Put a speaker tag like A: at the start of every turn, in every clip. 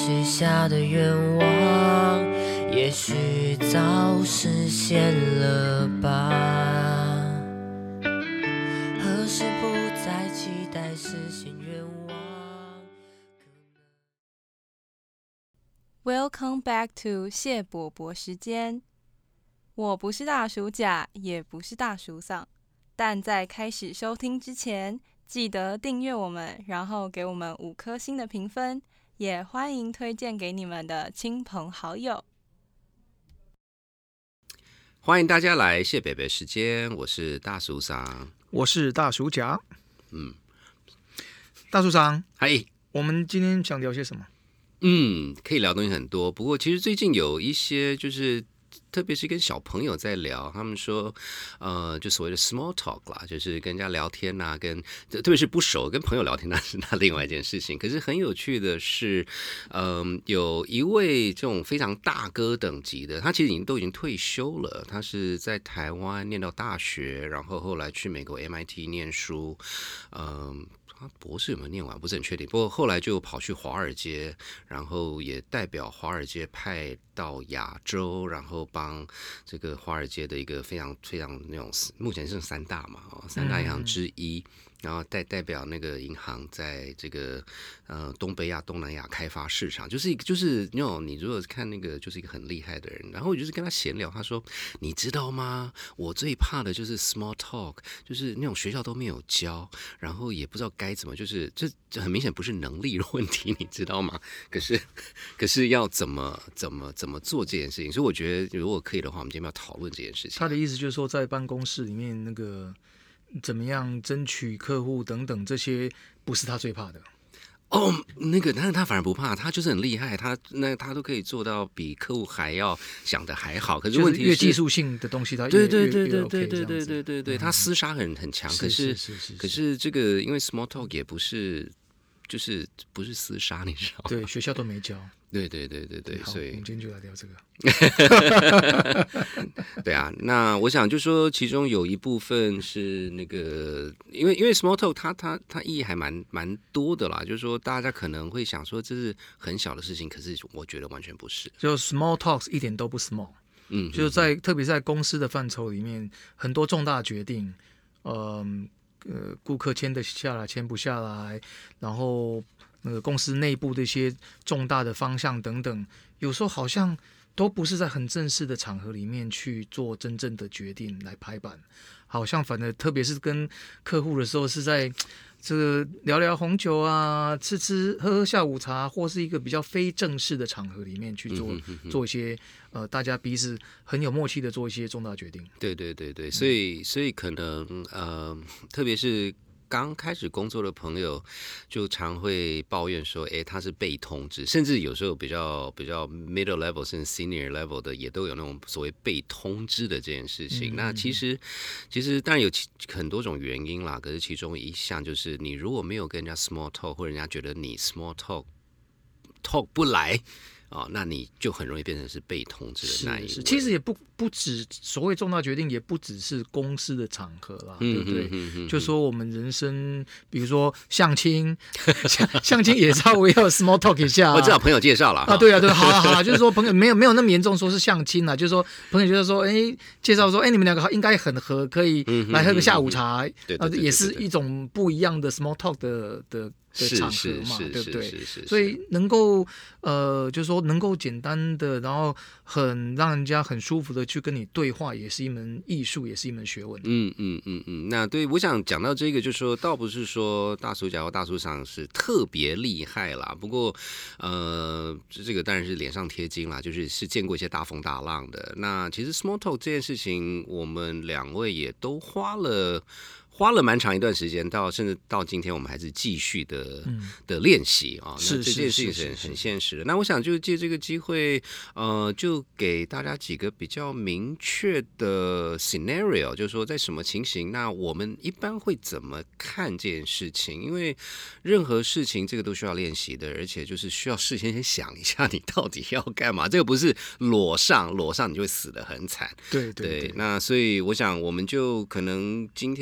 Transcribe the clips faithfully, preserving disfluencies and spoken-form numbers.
A: 许下的愿望，也许早实现了吧。何时不再期待实现愿望？
B: Welcome back to 谢伯伯时间。我不是大叔甲，也不是大叔桑，但在开始收听之前，记得订阅我们，然后给我们五颗星的评分，也欢迎推荐给你们的亲朋好友。
C: 欢迎大家来谢北北时间，我是大叔桑，
D: 我是大叔甲。
C: 嗯，
D: 大叔桑，
C: 嗨，
D: 我们今天想聊些什么？
C: 嗯，可以聊东西很多，不过其实最近有一些就是。特别是跟小朋友在聊，他们说，呃，就所谓的 small talk 啦，就是跟人家聊天呐、啊，跟特别是不熟跟朋友聊天，那是那另外一件事情。可是很有趣的是，嗯、呃，有一位这种非常大哥等级的，他其实已经都已经退休了，他是在台湾念到大学，然后后来去美国 M I T 念书，嗯、呃。他博士有没有念完不是很确定，不过后来就跑去华尔街，然后也代表华尔街派到亚洲，然后帮这个华尔街的一个非常非常那种目前是三大嘛，三大银行之一，嗯、然后代代表那个银行在这个呃东北亚、东南亚开发市场，就是一个就是那种你如果看那个就是一个很厉害的人，然后我就是跟他闲聊，他说你知道吗？我最怕的就是 small talk， 就是那种学校都没有教，然后也不知道该。该怎么就是这这很明显不是能力的问题，你知道吗？可是可是要怎么怎么怎么做这件事情？所以我觉得如果可以的话，我们今天要讨论这件事情。
D: 他的意思就是说，在办公室里面那个怎么样争取客户等等，这些不是他最怕的。
C: 哦，那个，但是他反而不怕，他就是很厉害，他那他都可以做到比客户还要想的还好。可是问题是，
D: 越技术性的东西，他越
C: 对对对对
D: OK
C: 对对对对对对，他厮杀很很强。可是可是这个因为 small talk 也不是就是不是厮杀，你知道吗？
D: 对，学校都没教。
C: 对对对对对，所以
D: 我们今天就来聊这个。
C: 对啊，那我想就说，其中有一部分是那个，因为因为 small talk 它它它意义还蛮蛮多的啦，就是说大家可能会想说这是很小的事情，可是我觉得完全不是。
D: 就 small talks 一点都不 small， 嗯，就是在特别是在公司的范畴里面，很多重大决定，嗯呃，顾客签得下来，签不下来，然后。那个公司内部的一些重大的方向等等，有时候好像都不是在很正式的场合里面去做真正的决定来拍板，好像反正特别是跟客户的时候是在这个聊聊红酒啊，吃吃喝喝下午茶，或是一个比较非正式的场合里面去做、嗯、哼哼做一些呃大家彼此很有默契的做一些重大决定。
C: 对对对对，所以所以可能呃，特别是。刚开始工作的朋友就常会抱怨说，哎，他是被通知，甚至有时候比较比较 middle level 甚至 senior level 的也都有那种所谓被通知的这件事情。嗯、那其实其实当然有很多种原因啦，可是其中一项就是你如果没有跟人家 small talk， 或者人家觉得你 small talk talk 不来。哦，那你就很容易变成是被通知的那一位。
D: 是，其实也不不止所谓重大决定，也不只是公司的场合啦，嗯、对不对？嗯嗯、就说我们人生，比如说相亲，相亲也稍微要 small talk 一下、啊。
C: 我知道朋友介绍了
D: 啊，对啊，对，好啊好啊，就是说朋友没有没有那么严重，说是相亲啦，就是说朋友就是说，哎，介绍说，哎，你们两个应该很合，可以来喝个下午茶，啊，也是一种不一样的 small talk 的的。的场合嘛，对不对？所以能够呃，就是说能够简单的，然后很让人家很舒服的去跟你对话，也是一门艺术，也是一门学问。
C: 嗯嗯嗯嗯。那对，我想讲到这个，就是说，倒不是说大叔甲或大叔桑是特别厉害啦，不过呃，这个当然是脸上贴金啦，就是是见过一些大风大浪的。那其实 small talk 这件事情，我们两位也都花了。花了蛮长一段时间，到甚至到今天，我们还是继续的、嗯、的练习啊。那这件事情是 很, 很现实的。那我想就借这个机会，呃，就给大家几个比较明确的 scenario， 就是说在什么情形，那我们一般会怎么看这件事情？因为任何事情这个都需要练习的，而且就是需要事先先想一下你到底要干嘛。这个不是裸上，裸上你就会死得很惨。
D: 对 对, 对,
C: 对。那所以我想，我们就可能今天就。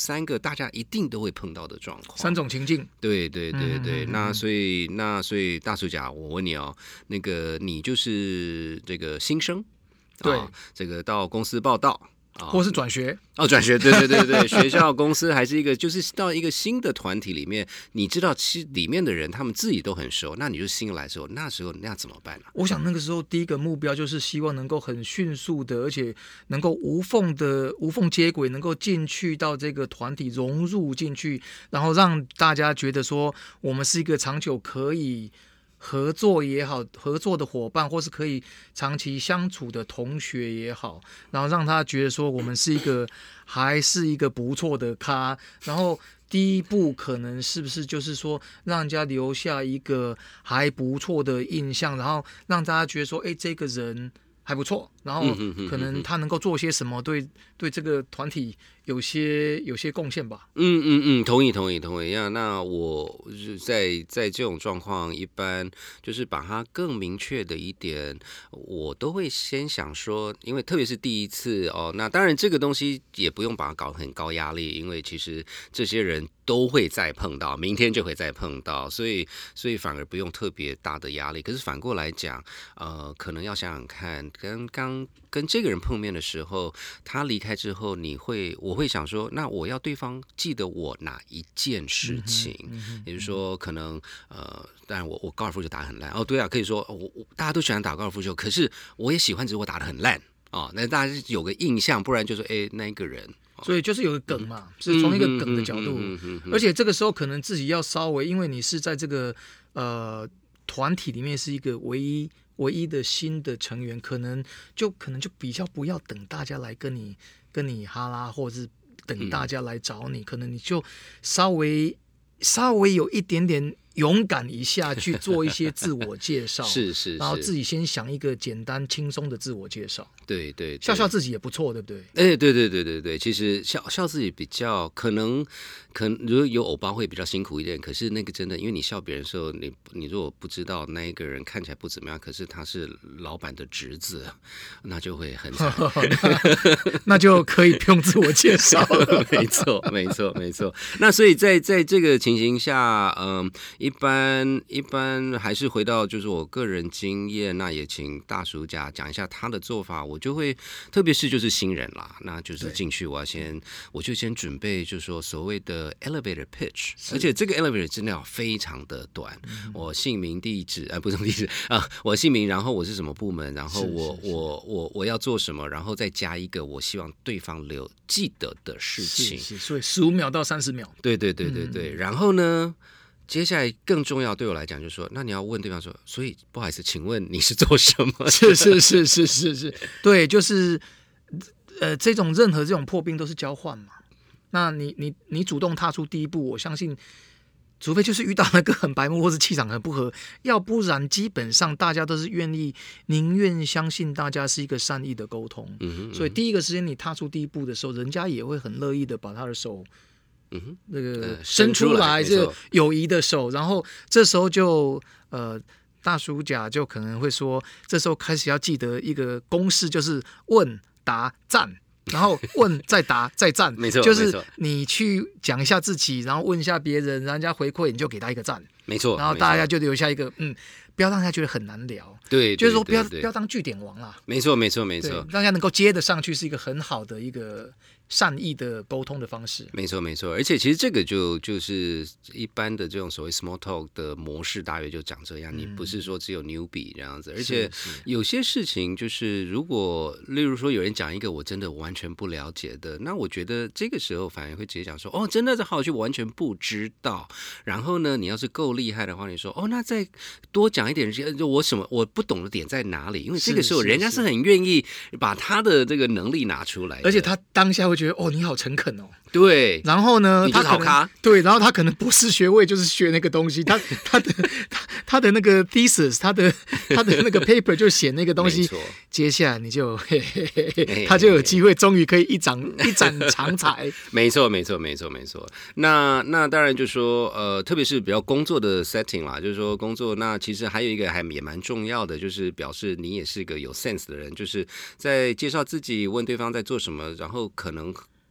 C: 三个大家一定都会碰到的状况，
D: 三种情境。
C: 对对对对，
D: 嗯、
C: 那所以那所以大叔甲，我问你哦，那个你就是这个新生，
D: 对，
C: 啊、这个到公司报道。
D: 哦、或是转学
C: 哦，转学，对对对对，学校、公司还是一个，就是到一个新的团体里面，你知道，其实里面的人他们自己都很熟，那你就新来的时候，那时候那怎么办呢、啊？
D: 我想那个时候第一个目标就是希望能够很迅速的，而且能够无缝的无缝接轨，能够进去到这个团体，融入进去，然后让大家觉得说我们是一个长久可以合作也好，合作的伙伴，或是可以长期相处的同学也好，然后让他觉得说我们是一个还是一个不错的咖。然后第一步可能是不是就是说让人家留下一个还不错的印象，然后让大家觉得说，哎，这个人还不错，然后可能他能够做些什么，对对这个团体有些有些贡献吧。
C: 嗯嗯嗯，同意同意同意呀。那我在在这种状况，一般就是把它更明确的一点，我都会先想说，因为特别是第一次哦，那当然这个东西也不用把它搞很高压力，因为其实这些人都会再碰到，明天就会再碰到，所以所以反而不用特别大的压力。可是反过来讲，呃，可能要想想看，跟刚跟这个人碰面的时候，他离开之后，你会我会想说，那我要对方记得我哪一件事情？嗯嗯、也就是说，可能呃，当然我我高尔夫球打得很烂哦，对啊，可以说我我大家都喜欢打高尔夫球，可是我也喜欢，只是我打得很烂哦，那大家有个印象，不然就说哎那一个人。
D: 所以就是有个梗嘛，嗯、是从一个梗的角度，嗯嗯嗯嗯、而且这个时候可能自己要稍微，因为你是在这个呃团体里面是一个唯一唯一的新的成员，可能就可能就比较不要等大家来跟你跟你哈拉，或者是等大家来找你，嗯、可能你就稍微稍微有一点点勇敢一下去做一些自我介绍，
C: 是, 是是，
D: 然后自己先想一个简单轻松的自我介绍，
C: 对 对, 对，
D: 笑笑自己也不错，对不对？
C: 哎，对对对对对，其实笑笑自己比较可能，可能如果有偶包会比较辛苦一点，可是那个真的，因为你笑别人的时候，你你如果不知道那一个人看起来不怎么样，可是他是老板的侄子，那就会很惨，
D: 那, 那就可以不用自我介绍了，
C: 没错没错没错。那所以在在这个情形下，嗯。一般一般还是回到就是我个人经验，那也请大叔甲讲一下他的做法。我就会，特别是就是新人啦，那就是进去我要先，我就先准备就是说所谓的 elevator pitch， 而且这个 elevator 真的要非常的短。嗯、我姓名、地址，呃，不是地址啊，我姓名，然后我是什么部门，然后我我我我要做什么，然后再加一个我希望对方留记得的事情。
D: 是是，所以十五秒到三十秒。
C: 对对对对对，嗯、然后呢？接下来更重要，对我来讲就是说，那你要问对方说，所以不好意思，请问你是做什么？
D: 是是是是是是，对，就是呃，这种任何这种破冰都是交换嘛。那你你你主动踏出第一步，我相信，除非就是遇到那个很白目或是气场很不合，要不然基本上大家都是愿意宁愿相信大家是一个善意的沟通。嗯哼嗯哼，所以第一个时间你踏出第一步的时候，人家也会很乐意的把他的手。嗯哼，那个伸出来，这友谊的手，然后这时候就呃，大叔甲就可能会说，这时候开始要记得一个公式，就是问答赞，然后问再答再赞，
C: 没错，
D: 就是你去讲一下自己，然后问一下别人，人家回馈你就给他一个赞，
C: 没错，
D: 然后大家就留下一个嗯。不要让他觉得很难聊，
C: 对，
D: 就是说不要不要当句点王啦，
C: 没错没错没错，
D: 让大家能够接得上去是一个很好的一个善意的沟通的方式，
C: 没错没错。而且其实这个就就是一般的这种所谓 small talk 的模式，大约就长这样。嗯、你不是说只有 newbie 这样子，而且有些事情就是如果例如说有人讲一个我真的完全不了解的，那我觉得这个时候反而会直接讲说，哦，真的这好有趣，我完全不知道。然后呢，你要是够厉害的话，你说哦，那再多讲。讲一点，我什么我不懂的点在哪里？因为这个时候人家是很愿意把他的这个能力拿出来，
D: 而且他当下会觉得哦，你好诚恳哦。
C: 对，
D: 然后呢，
C: 他好咖，
D: 对，然后他可能不是学位就是学那个东西，他他的他他的那个 thesis， 他的他的那个 paper 就写那个东西，接下来你就嘿嘿嘿嘿，他就有机会，终于可以一展一展长才。
C: 没错，没错，没错，没错。那那当然就说呃，特别是比较工作的 setting 啦，就是说工作，那其实还有一个还也蛮重要的，就是表示你也是个有 sense 的人，就是在介绍自己，问对方在做什么，然后可能。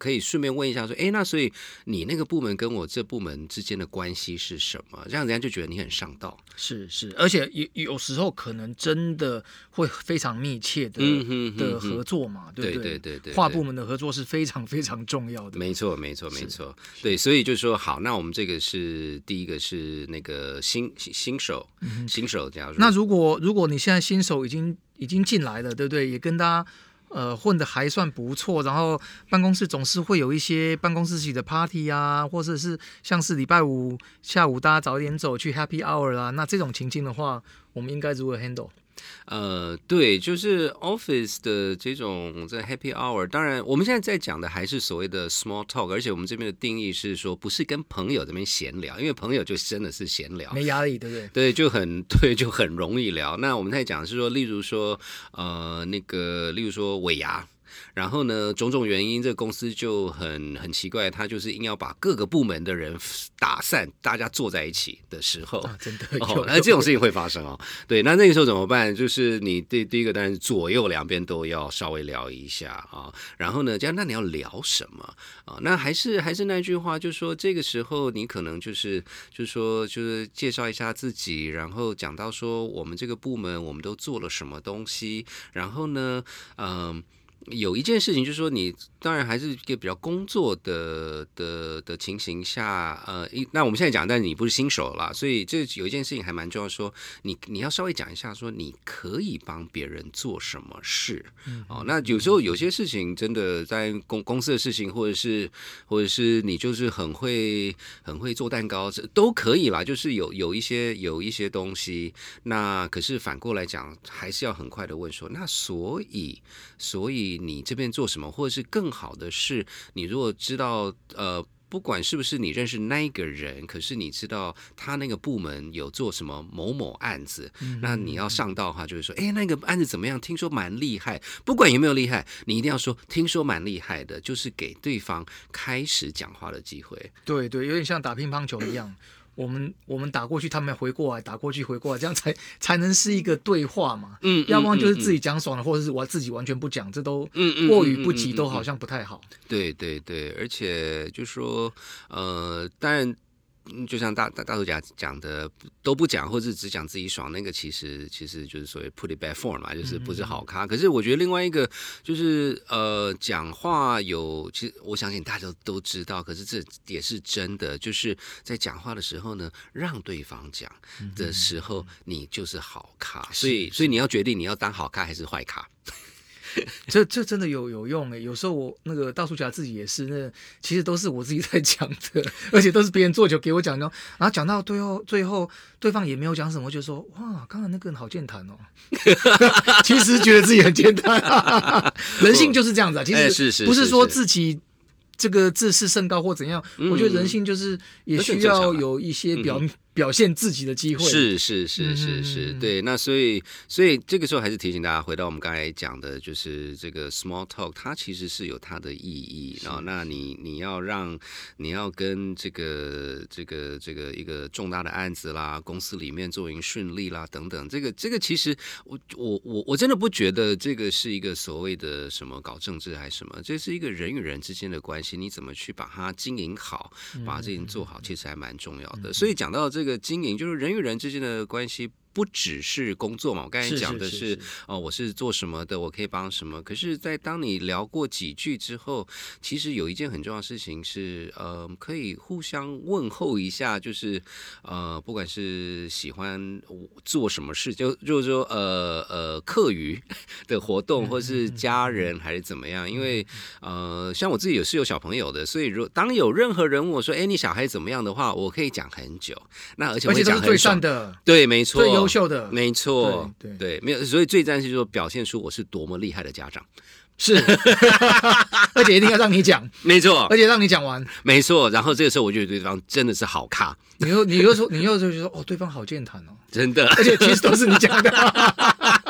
C: 可以顺便问一下说，哎，那所以你那个部门跟我这部门之间的关系是什么？这样人家就觉得你很上道。
D: 是是，而且有有时候可能真的会非常密切的、嗯、哼哼哼的合作嘛，对不对？对对对 对, 对，跨部门的合作是非常非常重要的。没
C: 错没错没错，对，所以就说好，那我们这个是第一个是那个新新手、嗯、新手加入。
D: 那如果如果你现在新手已经已经进来了，对不对？也跟大家呃混得还算不错，然后办公室总是会有一些办公室自己的 party 啊，或者是像是礼拜五下午大家早一点走去 happy hour 啦，那这种情境的话，我们应该如何 handle？
C: 呃，对，就是 office 的这种这 happy hour， 当然我们现在在讲的还是所谓的 small talk， 而且我们这边的定义是说，不是跟朋友这边闲聊，因为朋友就真的是闲聊，
D: 没压力，对不对？
C: 对，就很对，就很容易聊。那我们在讲是说，例如说，呃，那个，例如说尾牙。然后呢，种种原因，这个公司就很很奇怪，他就是硬要把各个部门的人打散，大家坐在一起的时候，
D: 啊、真的有，
C: 哦，那这种事情会发生哦。对，那那个时候怎么办？就是你第第一个当然是左右两边都要稍微聊一下啊。然后呢，这样那你要聊什么啊？那还是还是那句话，就是说这个时候你可能就是就是说就是介绍一下自己，然后讲到说我们这个部门我们都做了什么东西，然后呢，嗯、呃。有一件事情就是说，你当然还是一个比较工作的的的情形下，呃，那我们现在讲，但是你不是新手啦，所以这有一件事情还蛮重要，说你你要稍微讲一下，说你可以帮别人做什么事，嗯、哦，那有时候有些事情真的在公公司的事情，或者是或者是你就是很会很会做蛋糕，都可以啦，就是有有一些有一些东西，那可是反过来讲，还是要很快的问说，那所以所以。你这边做什么，或者是更好的是，你如果知道，呃，不管是不是你认识那一个人，可是你知道他那个部门有做什么某某案子，嗯、那你要上道的话，就是说，哎，那个案子怎么样？听说蛮厉害，不管有没有厉害，你一定要说听说蛮厉害的，就是给对方开始讲话的机会。
D: 对对，有点像打乒乓球一样。我们我们打过去，他们回过来，打过去回过来，这样才才能是一个对话嘛。嗯，要不然就是自己讲爽了，或者是我自己完全不讲，这都过于不及，都好像不太好。
C: 对对对，而且就说呃，当然。就像大大大头甲讲的，都不讲，或者只讲自己爽，那个其实其实就是所谓 put it bad form 嘛，就是不是好咖。嗯、可是我觉得另外一个就是呃，讲话有，其实我相信大家都都知道，可是这也是真的，就是在讲话的时候呢，让对方讲的时候，你就是好咖。所以所以你要决定你要当好咖还是坏咖。
D: 这这真的有有用哎！有时候我那个大叔甲自己也是，那其实都是我自己在讲的，而且都是别人做球给我讲的，然后讲到最后，最后对方也没有讲什么，就说哇，刚才那个人好健谈哦。其实觉得自己很健谈，人性就是这样子啊。其实不是说自己这个自视甚高或怎样，我觉得人性就是也需要有一些表。嗯表现自己的机会
C: 是是是是是，对。那所以所以这个时候还是提醒大家，回到我们刚才讲的，就是这个 small talk， 它其实是有它的意义。然后，那你你要让你要跟这个这个这个一个重大的案子啦，公司里面做营顺利啦等等，这个这个其实我我我我真的不觉得这个是一个所谓的什么搞政治还是什么，这是一个人与人之间的关系，你怎么去把它经营好，把这件事做好，其实还蛮重要的。所以讲到这个。这个经营就是人与人之间的关系，不只是工作嘛。我刚才讲的是，是是是是哦，我是做什么的，我可以帮什么。可是，在当你聊过几句之后，其实有一件很重要的事情是，呃，可以互相问候一下，就是呃，不管是喜欢做什么事，就就是说，呃呃，课余的活动，或是家人还是怎么样。因为呃，像我自己也是有小朋友的，所以如当有任何人问我说，哎，你小孩怎么样的话，我可以讲很久。那而且我会讲很爽，
D: 而且都是最善的，
C: 对，没错，
D: 最优秀的，
C: 没错，
D: 对
C: 对, 对，没有，所以最赞是说表现出我是多么厉害的家长，
D: 是，而且一定要让你讲，
C: 没错，
D: 而且让你讲完，
C: 没错。然后这个时候我觉得对方真的是好咖，
D: 你又你又说你又就说哦，对方好健谈哦，
C: 真的，
D: 而且其实都是你讲的。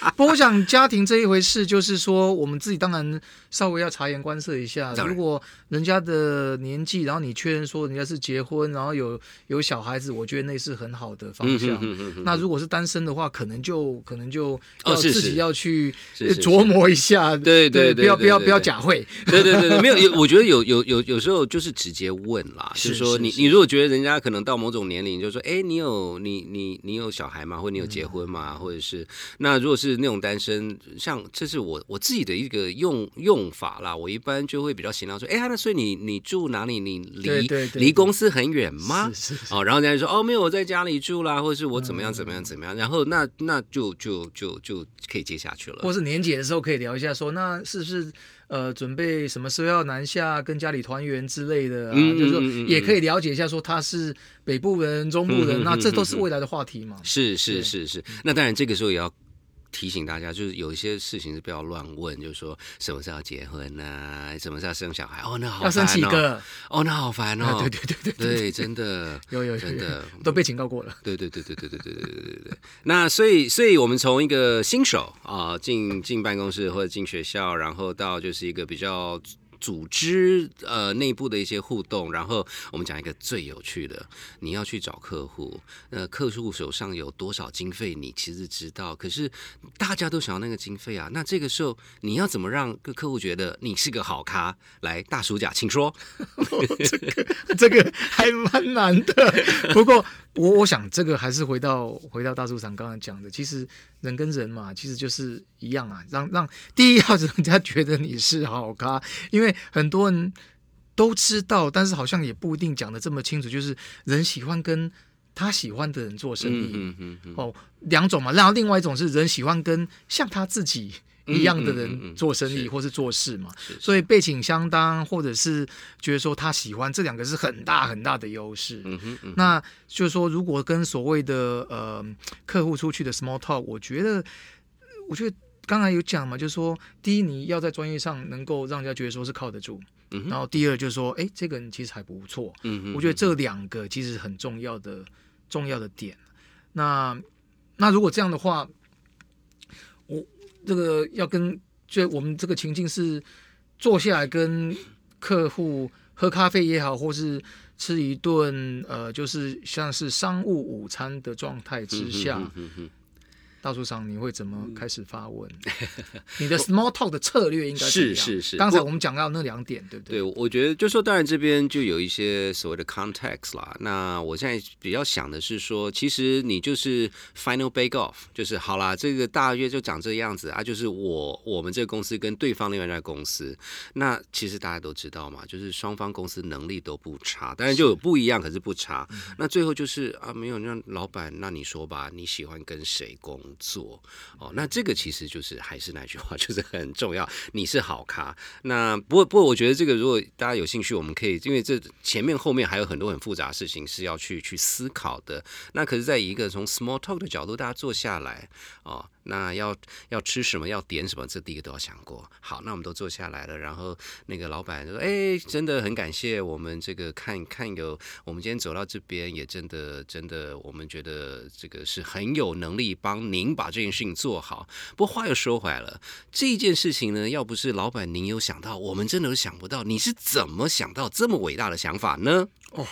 D: 不过我想家庭这一回事，就是说我们自己当然稍微要察言观色一下。如果人家的年纪，然后你确认说人家是结婚，然后有有小孩子，我觉得那是很好的方向。嗯、哼哼哼哼那如果是单身的话，可能就可能就要自己要去琢磨一下，
C: 哦、对对 对, 对, 对, 对, 对, 对, 对，
D: 不要不要不要假会。
C: 对对对对，没有有，我觉得有有有有时候就是直接问啦，就是说你你如果觉得人家可能到某种年龄，就说哎，你有你你你有小孩吗？或者你有结婚吗？嗯、或者是那如果是那种单身，像这是我我自己的一个用用法啦，我一般就会比较闲聊说，哎，那所以你你住哪里？你离离公司很远吗？
D: 是是是
C: 哦，然后人家就说哦，没有，我在家里住啦，或者是我怎么样怎么样怎么样，嗯、然后那那就就就就可以接下去了。
D: 或是年节的时候可以聊一下说，那是不是呃准备什么时候要南下跟家里团圆之类的啊？嗯、就是说也可以了解一下说他是北部人、中部人，嗯、那这都是未来的话题嘛。
C: 是是是是，那当然这个时候也要提醒大家，就是有一些事情是不要乱问，就是说什么时候要结婚啊，什么时候要生小孩？哦，那好烦哦，
D: 要生几个？
C: 哦，那好烦哦。
D: 啊、对对对对 对,
C: 对，真的
D: 有有有
C: 真的
D: 都被警告过了。
C: 对对对对对对对对对对对。那所以所以我们从一个新手啊进进办公室或者进学校，然后到就是一个比较组织呃内部的一些互动，然后我们讲一个最有趣的，你要去找客户，呃，客户手上有多少经费，你其实知道，可是大家都想要那个经费啊，那这个时候你要怎么让个客户觉得你是个好咖？来，大叔甲，请说。
D: 哦、这个这个还蛮难的，不过我我想这个还是回到回到大叔长刚才讲的，其实人跟人嘛，其实就是一样啊，让让第一要人家觉得你是好咖，因为很多人都知道，但是好像也不一定讲得这么清楚，就是人喜欢跟他喜欢的人做生意，嗯嗯嗯哦，两种嘛，然后另外一种是人喜欢跟像他自己一样的人做生意或是做事嘛，所以背景相当，或者是觉得说他喜欢，这两个是很大很大的优势。嗯哼嗯哼那就是说，如果跟所谓的呃客户出去的 small talk， 我觉得，我觉得刚才有讲嘛，就是说，第一你要在专业上能够让人家觉得说是靠得住，嗯、然后第二就是说，哎，这个人其实还不错。嗯哼我觉得这两个其实很重要的重要的点。那那如果这样的话，我。这个要跟就我们这个情境是坐下来跟客户喝咖啡也好，或是吃一顿呃，就是像是商务午餐的状态之下。嗯哼哼哼大叔长，你会怎么开始发问？你的 small talk 的策略应该是
C: 是是。
D: 刚才我们讲到那两点，对不对？
C: 对，我觉得就说，当然这边就有一些所谓的 context 啦。那我现在比较想的是说，其实你就是 final bake off， 就是好啦，这个大约就长这样子啊，就是我我们这个公司跟对方另外一家公司，那其实大家都知道嘛，就是双方公司能力都不差，当然就有不一样，可是不差。嗯、那最后就是啊，没有让老板，那你说吧，你喜欢跟谁工作？做哦，那这个其实就是还是那句话，就是很重要。你是好咖，那不过不过，我觉得这个如果大家有兴趣，我们可以，因为这前面后面还有很多很复杂的事情是要去去思考的。那可是，在一个从 small talk 的角度，大家坐下来哦。那要要吃什么，要点什么，这第一个都要想过。好，那我们都坐下来了，然后那个老板就说：“哎，真的很感谢我们这个看看有我们今天走到这边，也真的真的，我们觉得这个是很有能力帮您把这件事情做好。不过话又说回来了，这件事情呢，要不是老板您有想到，我们真的都想不到，你是怎么想到这么伟大的想法呢？”哦。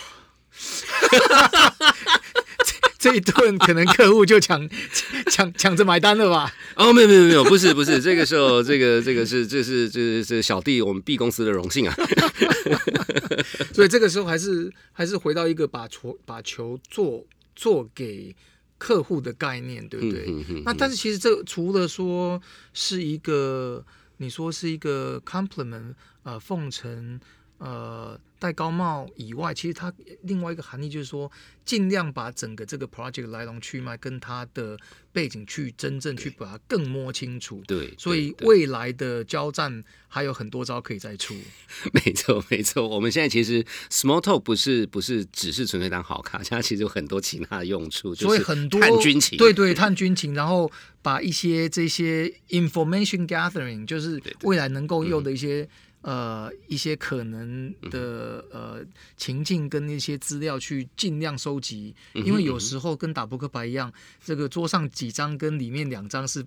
D: 这一顿可能客户就抢抢抢着买单了吧？
C: 哦，没有没有没有，不是不是，这个时候这个这个是这是这是这小弟我们 B 公司的荣幸啊。
D: 所以这个时候还是还是回到一个把球把球做做给客户的概念，对不对？嗯、哼哼哼那但是其实这除了说是一个你说是一个 compliment 呃奉承呃戴高帽以外，其实它另外一个含义就是说，尽量把整个这个 project 来龙去脉跟它的背景去真正去把它更摸清楚。
C: 对，
D: 所以未来的交战还有很多招可以再出。
C: 没错，没错。我们现在其实 small talk 不是不是只是纯粹当好咖，它其实有很多其他的用处，
D: 所以很多
C: 探军情，
D: 对对，探军情，然后把一些这些 information gathering， 就是未来能够用的一些。嗯呃，一些可能的呃情境跟一些资料去尽量收集，因为有时候跟打扑克牌一样，这个桌上几张跟里面两张是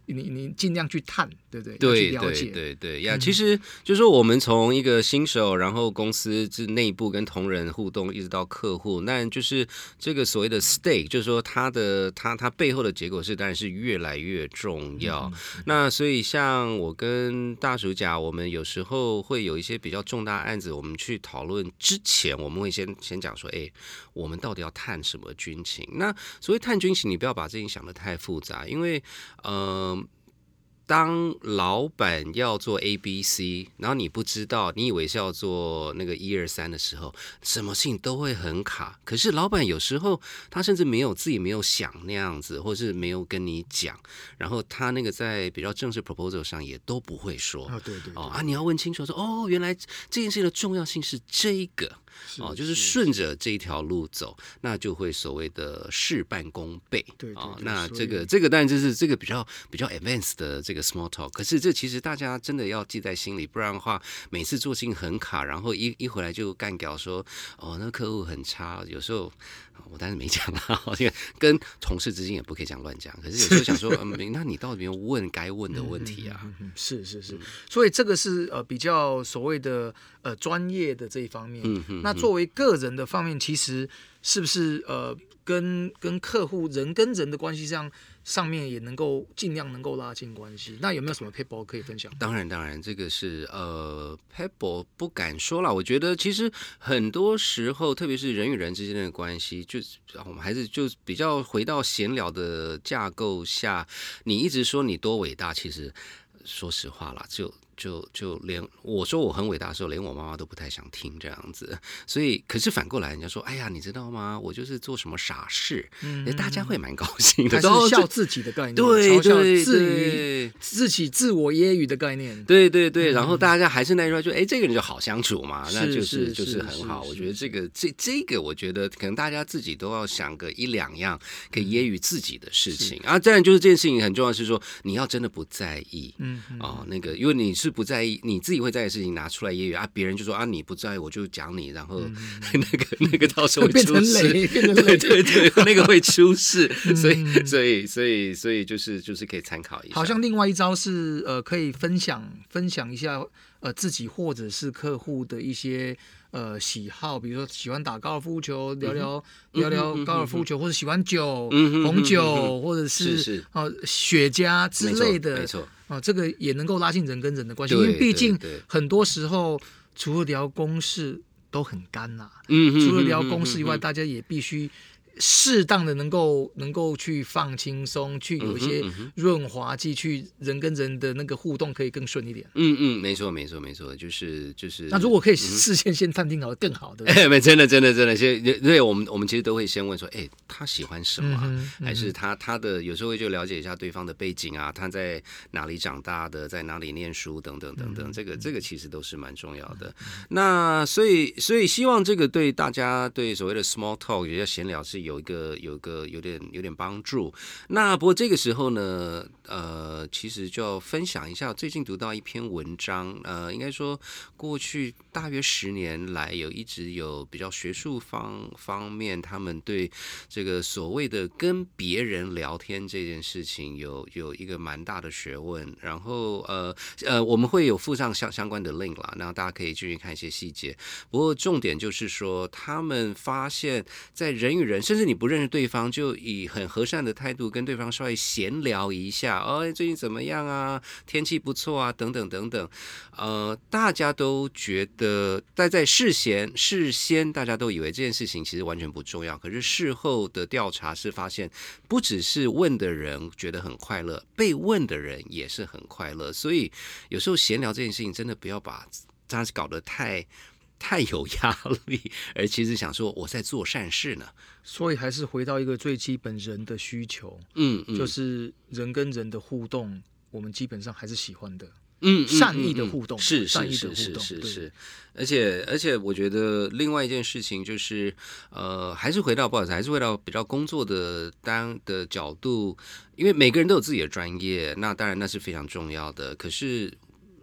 D: 你你尽量去探，对不对？
C: 对
D: 去了解
C: 对对对呀，嗯、其实就是说我们从一个新手，然后公司之内部跟同仁互动，一直到客户，那就是这个所谓的 stake， 就是说它的它它背后的结果是当然是越来越重要。嗯嗯、那所以像我跟大叔甲，我们有时候会有一些比较重大案子，我们去讨论之前，我们会先先讲说，哎，我们到底要探什么军情？那所谓探军情，你不要把这件想得太复杂，因为呃。当老板要做 A B C， 然后你不知道，你以为是要做那个一二三的时候，什么事情都会很卡。可是老板有时候他甚至没有自己没有想那样子，或是没有跟你讲，然后他那个在比较正式 proposal 上也都不会说。
D: 哦，对 对, 对
C: 哦啊，你要问清楚说，哦，原来这件事情的重要性是这一个。哦，就是顺着这一条路走，那就会所谓的事半功倍。
D: 对, 对, 对、
C: 哦，那这个这个当然就是这个比较比较 advanced 的这个 small talk。可是这其实大家真的要记在心里，不然的话，每次做事情很卡，然后一一回来就干掉说，哦，那客户很差。有时候我当然没讲啦，因为跟同事之间也不可以讲乱讲。可是有时候想说，嗯，那你到底有没有问该问的问题啊？
D: 嗯嗯嗯、是是是，所以这个是呃比较所谓的呃专业的这一方面。嗯嗯。那作为个人的方面，其实是不是呃跟跟客户人跟人的关系上上面也能够尽量能够拉近关系？那有没有什么 paper 可以分享？
C: 当然当然，这个是呃 paper 不敢说啦。我觉得其实很多时候，特别是人与人之间的关系，就我们还是就比较回到闲聊的架构下。你一直说你多伟大，其实说实话啦，就。就就连我说我很伟大的时候，连我妈妈都不太想听这样子。所以，可是反过来，人家说，哎呀，你知道吗？我就是做什么傻事，嗯、大家会蛮高兴的。
D: 还是笑自己的概念，
C: 对对
D: 自娱自己自我揶揄的概念。
C: 对对对，然后大家还是那句话，就哎，这个人就好相处嘛，那就是就是很好。我觉得这个这这个，我觉得可能大家自己都要想个一两样可以揶揄自己的事情啊。当然，就是这件事情很重要，是说你要真的不在意，嗯哦，那个因为你是。是不在意，你自己会在意的事情拿出来揶揄啊，别人就说啊你不在意，我就讲你，然后、嗯、那个那个到时候会出事，对对对，那个会出事，所以所以所以所以就是就是可以参考一下。
D: 好像另外一招是呃可以分享分享一下呃自己或者是客户的一些。呃，喜好，比如说喜欢打高尔夫球，聊聊、嗯、聊聊高尔夫球，嗯、或者喜欢酒、嗯、红酒，嗯、或者是, 是, 是呃雪茄之类的，
C: 没错，
D: 啊、呃，这个也能够拉近人跟人的关系，因为毕竟很多时候除了聊公事都很干呐、啊，嗯、除了聊公事以外，嗯、大家也必须。适当的能够能够去放轻松，去有一些润滑剂，去人跟人的那个互动可以更顺一点。
C: 嗯嗯，没错没错没错，就是就是。
D: 那如果可以事先先探定好更好，对不
C: 对？哎，真的真的真的，先对我们我们其实都会先问说，哎，他喜欢什么、啊嗯嗯？还是他他的有时候会就了解一下对方的背景啊，他在哪里长大的，在哪里念书等等等等，嗯、这个这个其实都是蛮重要的。嗯、那所以所以希望这个对大家对所谓的 small talk 也叫闲聊是。有一个有一个有点有点帮助。那不过这个时候呢，呃，其实就要分享一下，最近读到一篇文章，呃，应该说过去大约十年来，有一直有比较学术方方面，他们对这个所谓的跟别人聊天这件事情有有一个蛮大的学问。然后呃呃，我们会有附上相相关的 link 啦，然后大家可以继续看一些细节。不过重点就是说，他们发现，在人与人，甚至你不认识对方，就以很和善的态度跟对方稍微闲聊一下，哦，最近怎么样啊？天气不错啊，等等等等。呃，大家都觉得，在在事先事先，大家都以为这件事情其实完全不重要。可是事后的调查是发现，不只是问的人觉得很快乐，被问的人也是很快乐。所以有时候闲聊这件事情，真的不要把它搞得太。太有压力，而其实想说我在做善事呢，
D: 所以还是回到一个最基本人的需求，嗯，嗯就是人跟人的互动，我们基本上还是喜欢的，嗯，善意的互动，
C: 是
D: 善意
C: 的互动，
D: 是是是，
C: 而且而且我觉得另外一件事情就是，呃，还是回到不好意思，还是回到比较工作的单的角度，因为每个人都有自己的专业，那当然那是非常重要的，可是。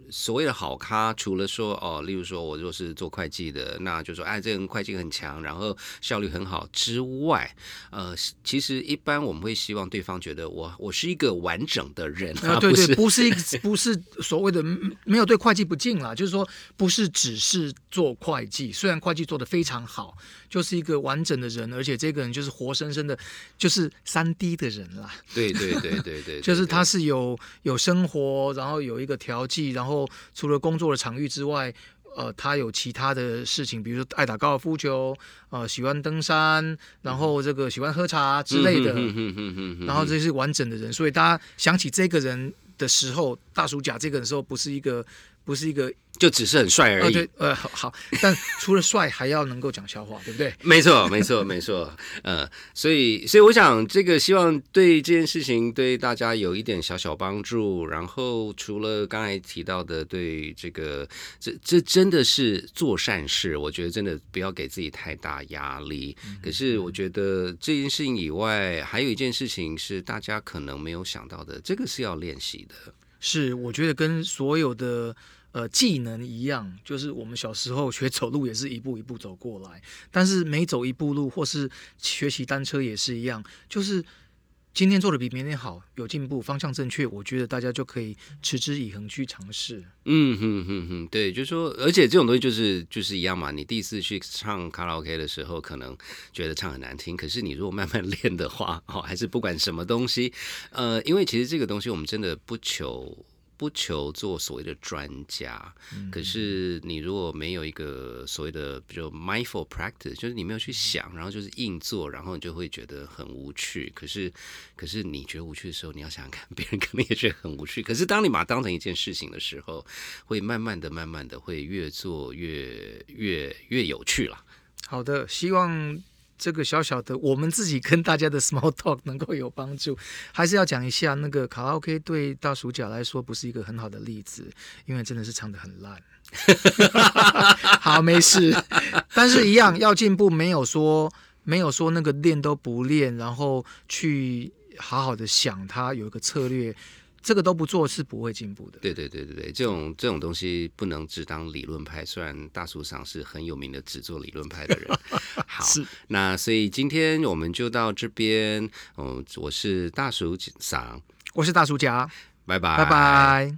C: 所谓的好咖，除了说哦，例如说我就是做会计的，那就说哎，这个人会计很强，然后效率很好之外，呃，其实一般我们会希望对方觉得我我是一个完整的人啊，
D: 啊对对，
C: 不是
D: 不是不是所谓的没有对会计不敬啦，就是说不是只是做会计，虽然会计做得非常好，就是一个完整的人，而且这个人就是活生生的，就是三 D 的人啦。
C: 对对对对 对, 对，
D: 就是他是有有生活，然后有一个调剂，然后除了工作的场域之外，呃，他有其他的事情，比如说爱打高尔夫球，呃，喜欢登山，然后这个喜欢喝茶之类的，然后这是完整的人，所以大家想起这个人的时候，大叔甲这个人的时候，不是一个不是一个。
C: 就只是很帅而已。呃、
D: 对，呃，好，但除了帅，还要能够讲笑话，对不对？
C: 没错，没错，没错。呃，所以，所以我想，这个希望对这件事情对大家有一点小小帮助。然后，除了刚才提到的，对这个，这这真的是做善事，我觉得真的不要给自己太大压力。嗯、可是，我觉得这件事情以外，还有一件事情是大家可能没有想到的，这个是要练习的。
D: 是，我觉得跟所有的。呃，技能一样，就是我们小时候学走路也是一步一步走过来，但是每走一步路，或是学习单车也是一样，就是今天做的比明天好，有进步，方向正确，我觉得大家就可以持之以恒去尝试。
C: 嗯哼哼哼，对，就是说，而且这种东西就是就是一样嘛。你第一次去唱卡拉 OK 的时候，可能觉得唱很难听，可是你如果慢慢练的话，哦，还是不管什么东西，呃，因为其实这个东西我们真的不求。不求做所谓的专家，嗯、可是你如果没有一个所谓的比如 mindful practice， 就是你没有去想，然后就是硬做，然后你就会觉得很无趣。可是，可是你觉得无趣的时候，你要想想看，别人可能也觉得很无趣。可是当你把它当成一件事情的时候，会慢慢的、慢慢的会越做越越越有趣啦。
D: 好的，希望。这个小小的我们自己跟大家的 small talk 能够有帮助，还是要讲一下那个卡拉 OK 对大叔甲来说不是一个很好的例子，因为真的是唱得很烂。好，没事，但是一样要进步，没有说没有说那个练都不练，然后去好好的想它有一个策略。这个都不做是不会进步的。
C: 对对对对对，这种这种东西不能只当理论派，虽然大叔上是很有名的只做理论派的人。好，那所以今天我们就到这边。嗯，我是大叔上，
D: 我是大叔甲，
C: 拜拜
D: 拜拜。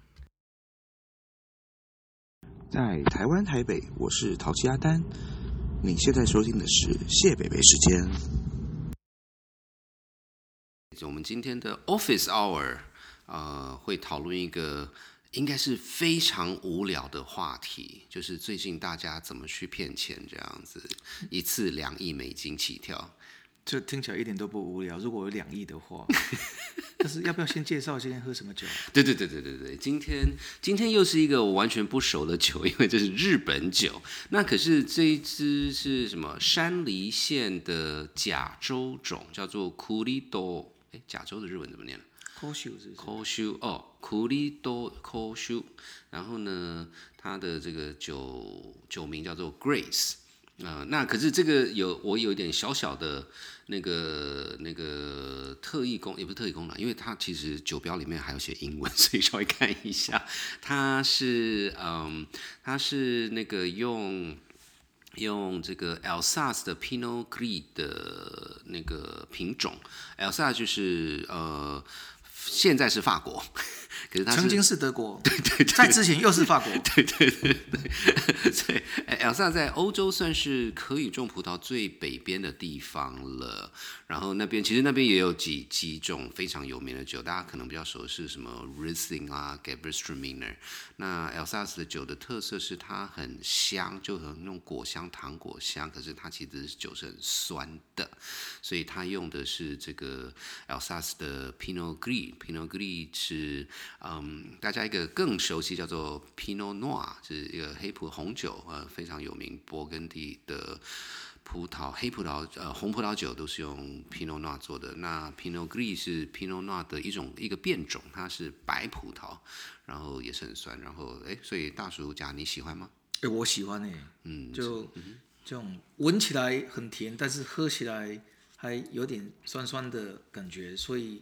E: 在台湾台北，我是淘气阿丹。你现在收听的是谢北北时间。
C: 我们今天的 Office Hour。呃，会讨论一个应该是非常无聊的话题，就是最近大家怎么去骗钱这样子，一次两亿美金起跳，
F: 这听起来一点都不无聊。如果有两亿的话，但是要不要先介绍今天喝什么酒？
C: 对对对对对对，今天今天又是一个我完全不熟的酒，因为这是日本酒。那可是这一支是什么？山梨县的甲州种，叫做库里多。哎，甲州的日文怎么念？
F: 科修是
C: 科修哦，库里多科修，然后呢，它的这个酒酒名叫做 Grace， 呃，那可是这个有我有一点小小的那个那个特异功，也不是特异功能，因为它其实酒标里面还有写英文，所以稍微看一下，它是嗯，它是那个用。用这个 Alsace 的 Pinot Gris 的那个品种 ，Alsace 就是呃，现在是法国，可是它是
F: 曾经是德国，
C: 对对 对, 对，
F: 在之前又是法国，
C: 对对对对，所以 Alsace 在欧洲算是可以种葡萄最北边的地方了。然后那边其实那边也有几几种非常有名的酒，大家可能比较熟是什么 Riesling 啊 Gewürztraminer。那 Alsace 的酒的特色是它很香，就很那种果香糖果香，可是它其实酒是很酸的，所以它用的是这个 Alsace 的 Pinot Gris。Pinot Gris 是嗯大家一个更熟悉叫做 Pinot Noir， 是一个黑葡红酒，呃非常有名，勃艮第的。葡萄、黑葡萄、呃红葡萄酒都是用 Pinot Noir 做的。那 Pinot Gris 是 Pinot Noir 的一种一个变种，它是白葡萄，然后也是很酸。然后哎，所以大叔甲你喜欢吗？
F: 哎，我喜欢哎，
C: 嗯，
F: 就这种闻起来很甜，但是喝起来还有点酸酸的感觉，所以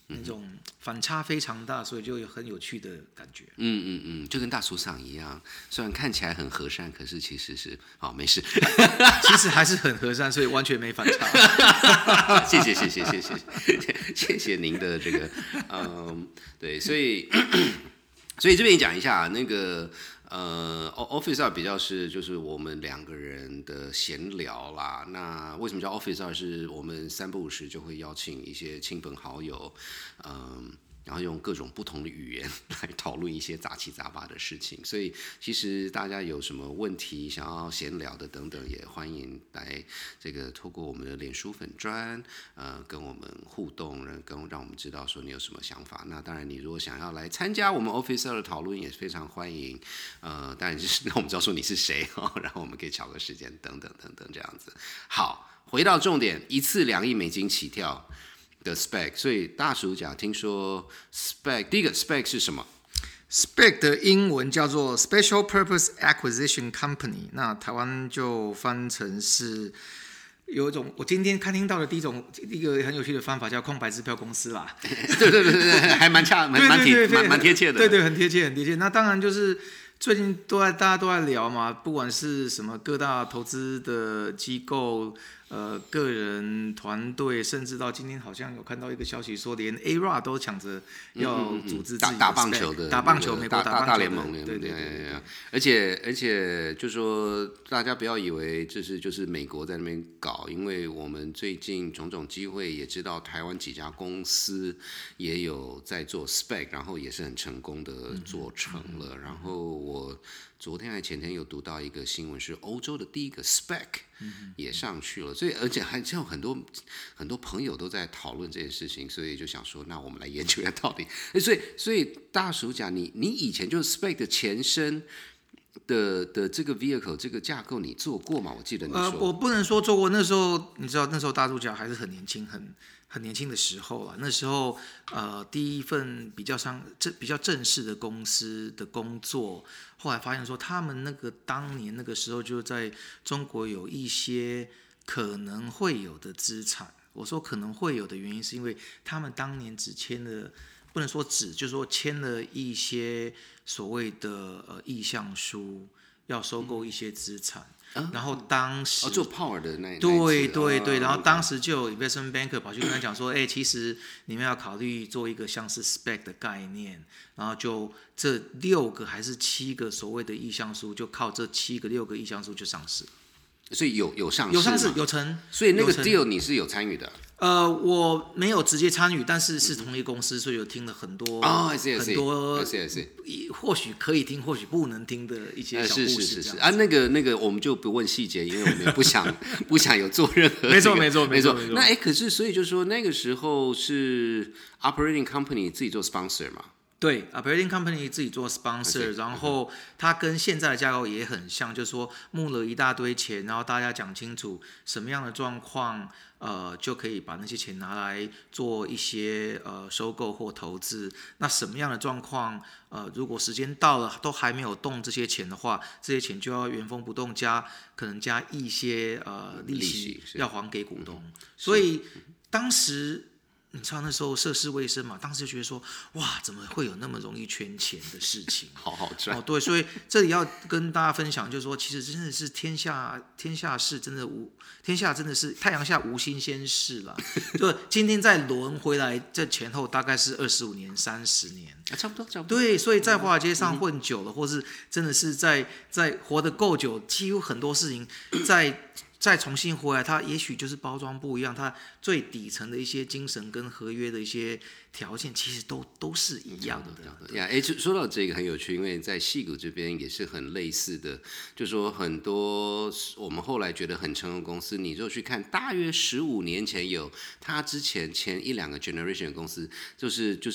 F: 那种反差非常大，所以就有很有趣的感觉。
C: 嗯嗯嗯，就跟大叔桑一样，虽然看起来很和善，可是其实是好、哦、没事，
F: 其实还是很和善，所以完全没反差。
C: 谢谢谢谢谢谢谢谢您的这个，嗯，对，所以所以这边讲一下那个。呃 ，Office Hour 比较是就是我们两个人的闲聊啦。那为什么叫 Office Hour？ 是我们三不五时就会邀请一些亲朋好友，嗯，然后用各种不同的语言来讨论一些杂七杂八的事情。所以其实大家有什么问题想要闲聊的等等，也欢迎来这个透过我们的脸书粉专，呃，跟我们互动，跟让我们知道说你有什么想法。那当然，你如果想要来参加我们 Office Hour 的讨论，也非常欢迎。呃，当然就是让我们知道说你是谁哦，然后我们可以巧个时间等等等等这样子。好，回到重点，一次两亿美金起跳的 spec， 所以大叔讲，听说 spec 第一个 spec 是什么
F: ？spec 的英文叫做 Special Purpose Acquisition Company， 那台湾就翻成是。有一种我今天看听到的第一种一个很有趣的方法叫空白支票公司啦，
C: 对对对对，还蛮恰蛮蛮贴蛮蛮贴切的，
F: 对对，很贴切很贴切。那当然就是最近都在大家都在聊嘛，不管是什么各大投资的机构。呃，个人团队，甚至到今天好像有看到一个消息说，连 A R A 都抢着要组织自己的 spec，
C: 打打棒球的，
F: 打棒球，美国打棒球
C: 大联盟，
F: 对对对对。
C: 而且而且，就说大家不要以为这是就是美国在那边搞，因为我们最近种种机会也知道，台湾几家公司也有在做 spec， 然后也是很成功的做成了。嗯、然后我昨天还前天有读到一个新闻，是欧洲的第一个 spec。也上去了，所以而且还有很多很多朋友都在讨论这件事情，所以就想说，那我们来研究一下到底。所以所以大叔讲，你你以前就是 spec 的前身的的这个 vehicle 这个架构，你做过吗？我记得你说，
F: 呃，我不能说做过，那时候你知道，那时候大叔讲还是很年轻，很很年轻的时候了。那时候呃，第一份比较上这比较正式的公司的工作。后来发现说，他们那个当年那个时候就在中国有一些可能会有的资产。我说可能会有的原因，是因为他们当年只签了，不能说只，就是说签了一些所谓的呃意向书，要收购一些资产。嗯、然后当时、
C: 哦、做 power 的那
F: 对对对，
C: 哦、
F: 然后当时就有 investment banker 跑去跟他讲说，哎，其实你们要考虑做一个像是 spec 的概念，然后就这六个还是七个所谓的意向书，就靠这七个六个意向书就上市。
C: 所以有有上市，
F: 有上市有成，
C: 所以那个 deal 你是有参与的。
F: 呃，我没有直接参与，但是是同一公司，所以有听了很多、
C: 哦、
F: 很多，
C: 是是
F: 或许可以听，或许不能听的一些小故事。
C: 是是是是啊，那个那个我们就不问细节，因为我们也不想不想有做任何、這個。
F: 没错没错没错
C: 没错。那哎，可是所以就说那个时候是 operating company 自己做 sponsor 嘛？
F: 对 ，operating company 自己做 sponsor， 然后它跟现在的架构也很像，就是说募了一大堆钱，然后大家讲清楚什么样的状况，呃，就可以把那些钱拿来做一些呃收购或投资。那什么样的状况，呃，如果时间到了都还没有动这些钱的话，这些钱就要原封不动加，可能加一些呃利息要还给股东。所以当时。你知道那时候涉世未深嘛，当时就觉得说，哇，怎么会有那么容易圈钱的事情？
C: 好好赚
F: 哦，对，所以这里要跟大家分享，就是说，其实真的是天下天下事，真的无天下真的是太阳下无新鲜事了。就今天再轮回来，这前后大概是二十五年、三十年、
C: 啊，差不多，差不多。
F: 对，所以在华尔街上混久了，嗯、或是真的是在在活得够久，几乎很多事情在。再重新回来，它也许就是包装不一样，它最底层的一些精神跟合约的一些条件，其实都都是一样的。
C: 呀，哎，说到这个很有趣，因为在矽谷这边也是很类似的，就说很多我们后来觉得很成功的公司，你就去看，大约十五年前有，他之前前一两个 generation 的公司，就是就是。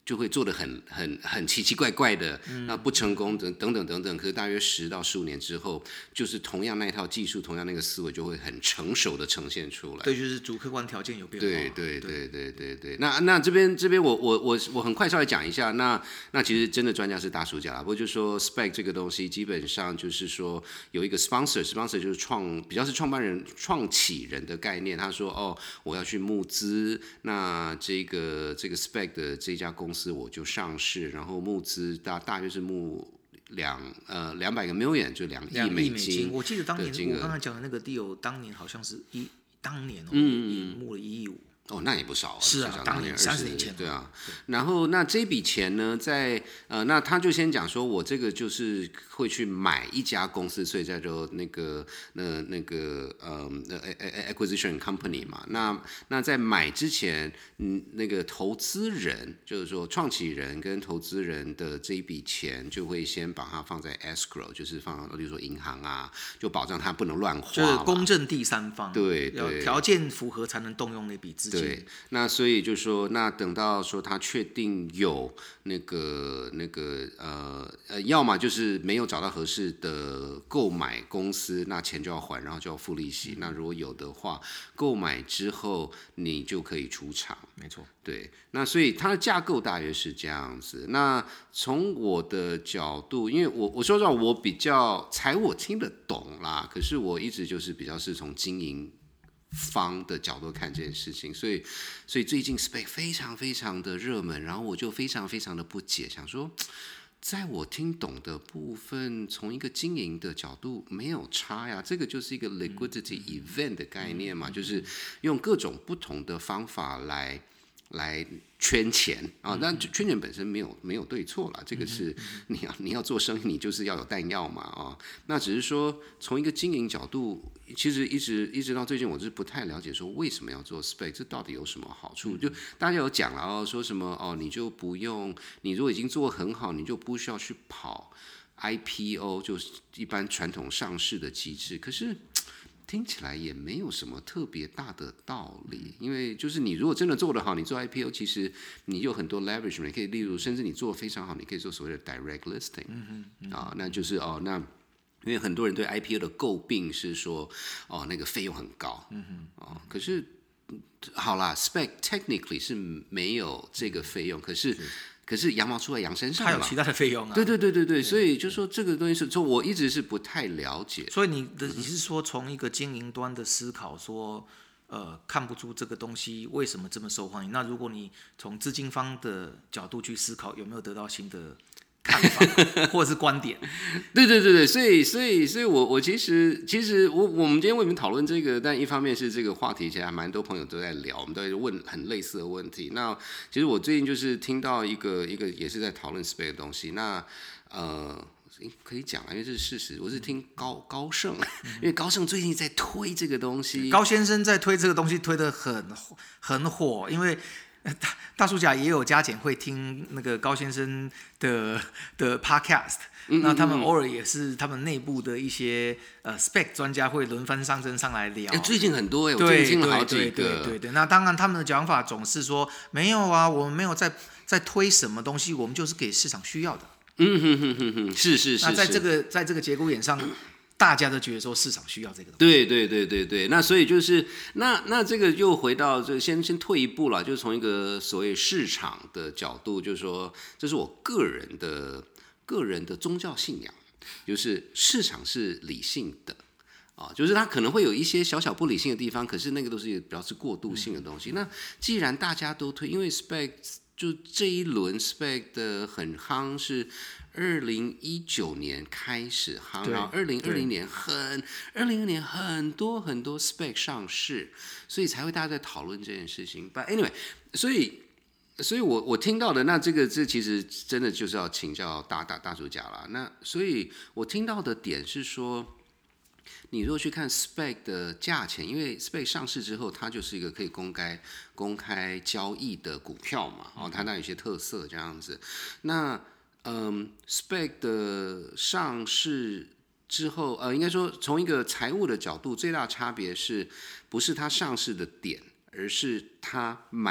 C: 就会做得很很很奇奇怪怪的，那不成功等等等等等。可是大约十到十五年之后，就是同样那一套技术，同样那个思维就会很成熟的呈现出来。
F: 对，就是主客观条件有变化。
C: 对对对对对对。那那这边这边我我我我很快稍微讲一下。那那其实真的专家是大叔家啦，不过就说 spec 这个东西，基本上就是说有一个 sponsor，sponsor 就是创比较是创办人、创启人的概念。他说哦，我要去募资，那这个这个 spec 的这家公司。公司我就上市，然后募资大大约是募两呃两百个 million， 就两亿美金。
F: 我记得当年我刚才讲的那个 deal， 当年好像是一当年哦，
C: 嗯
F: 也募了一亿五。
C: 哦，那也不少啊。
F: 是啊，当年三十年前。
C: 对啊。然后那这笔钱呢，在呃，那他就先讲说，我这个就是会去买一家公司，所以叫做那个那那个呃呃 acquisition company 嘛。那那在买之前，嗯，那个投资人就是说创启人跟投资人的这一笔钱，就会先把它放在 escrow， 就是放，比如说银行啊，就保障它不能乱花，
F: 就是公正第三方，
C: 对对，
F: 条件符合才能动用那笔资金。
C: 对，那所以就说，那等到说他确定有那个那个呃呃，要么就是没有找到合适的购买公司，那钱就要还，然后就要付利息。嗯、那如果有的话，购买之后你就可以出场。
F: 没错，
C: 对。那所以它的架构大约是这样子。那从我的角度，因为我我说实话，我比较财务我听得懂啦，可是我一直就是比较是从经营方的角度看这件事情，所以所以最近 spec 非常非常的热门，然后我就非常非常的不解，想说在我听懂的部分，从一个经营的角度没有差呀，这个就是一个 liquidity event 的概念嘛，就是用各种不同的方法来来圈钱啊，但圈钱本身没有没有对错啦，这个是你要你要做生意，你就是要有弹药嘛啊。那只是说从一个经营角度，其实一直一直到最近，我是不太了解说为什么要做 spec， 这到底有什么好处？就大家有讲了哦，说什么哦，你就不用，你如果已经做很好，你就不需要去跑 I P O， 就是一般传统上市的机制，可是听起来也没有什么特别大的道理，因为就是你如果真的做得好，你做 I P O， 其实你有很多 leverage， 你可以例如甚至你做得非常好，你可以做所谓的 direct listing， 嗯嗯啊，那就是哦，那因为很多人对 I P O 的诟病是说哦那个费用很高，嗯哼，哦，可是好啦 ，spec technically 是没有这个费用，可是。可是羊毛出在羊身上了，
F: 它有其他的费用啊。
C: 对对对对对，所以就说这个东西是，就我一直是不太了解。
F: 所以你的你是说从一个经营端的思考说，呃，看不出这个东西为什么这么受欢迎？那如果你从资金方的角度去思考，有没有得到新的看法或者是观点？
C: 对对对对，所以所以所以我我其实其实我我们今天为什么讨论这个？但一方面是这个话题，其实还蛮多朋友都在聊，我们都在问很类似的问题。那其实我最近就是听到一个一个也是在讨论 spec 的东西。那呃。可以讲啊，因为这是事实。我是听高高盛，因为高盛最近在推这个东西。
F: 高先生在推这个东西推得很很火，因为大大叔甲也有加减会听那个高先生的的 podcast，嗯嗯嗯，那他们偶尔也是他们内部的一些呃 spec 专家会轮番上阵上来聊。
C: 欸、最近很多哎、欸，我最近听了好几个。
F: 对对对 对, 对那当然他们的讲法总是说没有啊，我们没有在在推什么东西，我们就是给市场需要的。
C: 嗯哼哼哼哼，是是是。
F: 那在这个在这个节骨眼上，大家都觉得说市场需要这个东西。
C: 对对对对对，那所以就是那那这个又回到这先先退一步了，就是从一个所谓市场的角度，就是说这是我个人的个人的宗教信仰，就是市场是理性的。啊，就是它可能会有一些小小不理性的地方，可是那个都是比较是过渡性的东西。嗯、那既然大家都推，因为 spec 就这一轮 spec 的很夯是二零一九年开始夯，然后二零二零年很二零二零年很多很多 spec 上市，所以才会大家在讨论这件事情。But anyway， 所以。所以我我听到的那这个这其实真的就是要请教大大大主家了。那所以我听到的点是说。你如果去看 spec 的价钱，因为 spec 上市之后，它就是一个可以公开公开交易的股票嘛，哦，它那有些特色这样子。那嗯 ，spec 的上市之后，呃，应该说从一个财务的角度，最大差别是不是它上市的点，而是它买